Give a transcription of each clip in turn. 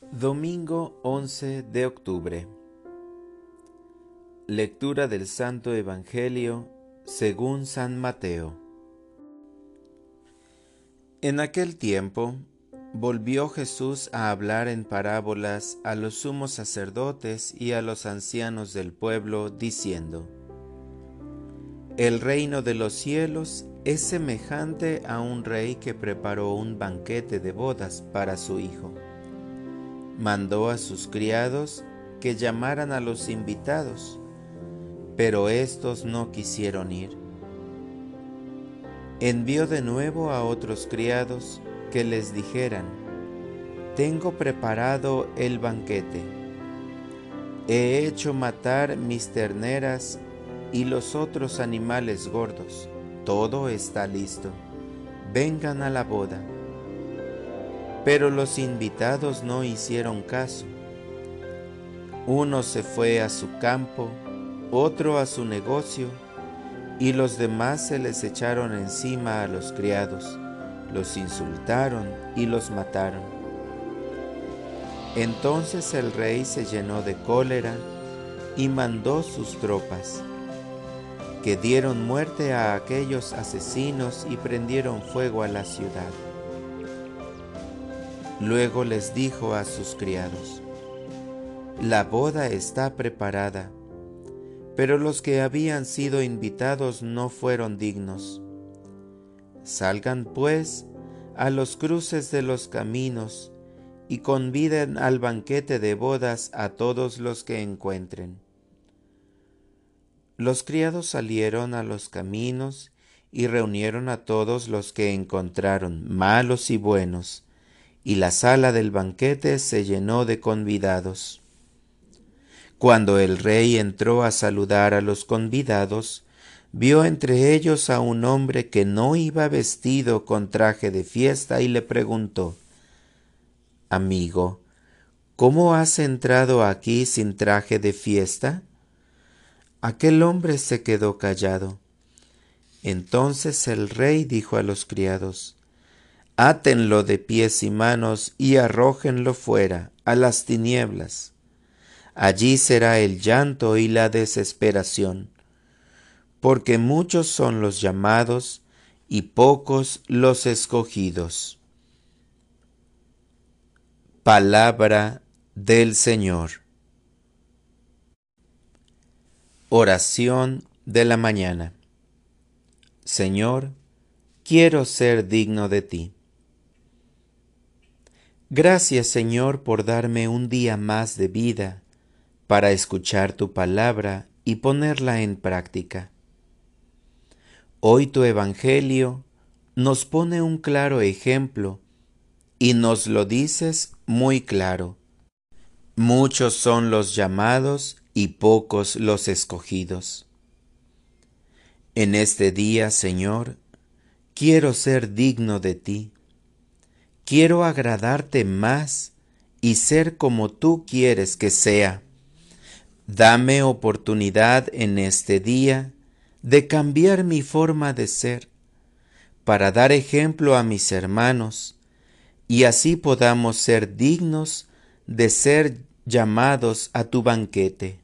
Domingo 11 de octubre. Lectura del Santo Evangelio según San Mateo. En aquel tiempo, volvió Jesús a hablar en parábolas a los sumos sacerdotes y a los ancianos del pueblo, diciendo: El reino de los cielos es semejante a un rey que preparó un banquete de bodas para su hijo. Mandó a sus criados que llamaran a los invitados, pero éstos no quisieron ir. Envió de nuevo a otros criados que les dijeran: Tengo preparado el banquete. He hecho matar mis terneras y los otros animales gordos. Todo está listo. Vengan a la boda. Pero los invitados no hicieron caso. Uno se fue a su campo, otro a su negocio, y los demás se les echaron encima a los criados, los insultaron y los mataron. Entonces el rey se llenó de cólera y mandó sus tropas, que dieron muerte a aquellos asesinos y prendieron fuego a la ciudad. Luego les dijo a sus criados: La boda está preparada, pero los que habían sido invitados no fueron dignos. Salgan pues a los cruces de los caminos y conviden al banquete de bodas a todos los que encuentren. Los criados salieron a los caminos y reunieron a todos los que encontraron, malos y buenos, y la sala del banquete se llenó de convidados. Cuando el rey entró a saludar a los convidados, vio entre ellos a un hombre que no iba vestido con traje de fiesta y le preguntó: Amigo, ¿cómo has entrado aquí sin traje de fiesta? Aquel hombre se quedó callado. Entonces el rey dijo a los criados: Átenlo de pies y manos y arrójenlo fuera, a las tinieblas. Allí será el llanto y la desesperación, porque muchos son los llamados y pocos los escogidos. Palabra del Señor. Oración de la mañana. Señor, quiero ser digno de ti. Gracias, Señor, por darme un día más de vida para escuchar tu palabra y ponerla en práctica. Hoy tu Evangelio nos pone un claro ejemplo y nos lo dices muy claro. Muchos son los llamados y pocos los escogidos. En este día, Señor, quiero ser digno de ti. Quiero agradarte más y ser como tú quieres que sea. Dame oportunidad en este día de cambiar mi forma de ser, para dar ejemplo a mis hermanos, y así podamos ser dignos de ser llamados a tu banquete.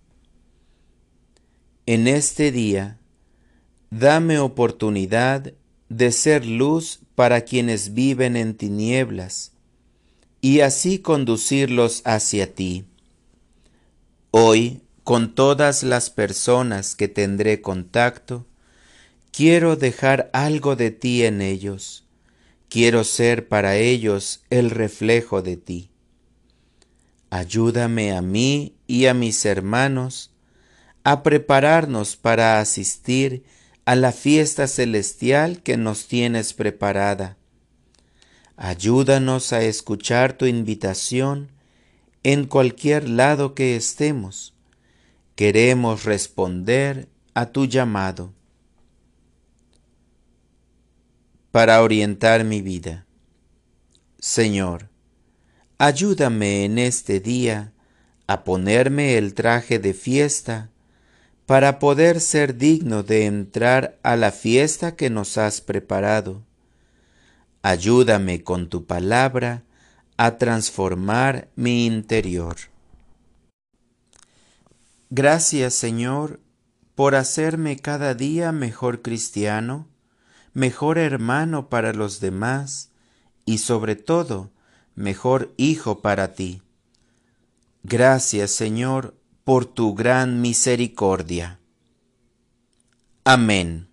En este día, dame oportunidad de ser luz para quienes viven en tinieblas, y así conducirlos hacia ti. Hoy, con todas las personas que tendré contacto, quiero dejar algo de ti en ellos. Quiero ser para ellos el reflejo de ti. Ayúdame a mí y a mis hermanos a prepararnos para asistir a la fiesta celestial que nos tienes preparada. Ayúdanos a escuchar tu invitación en cualquier lado que estemos. Queremos responder a tu llamado. Para orientar mi vida. Señor, ayúdame en este día a ponerme el traje de fiesta para poder ser digno de entrar a la fiesta que nos has preparado. Ayúdame con tu palabra a transformar mi interior. Gracias, Señor, por hacerme cada día mejor cristiano, mejor hermano para los demás y sobre todo, mejor hijo para ti. Gracias, Señor, por tu gran misericordia. Amén.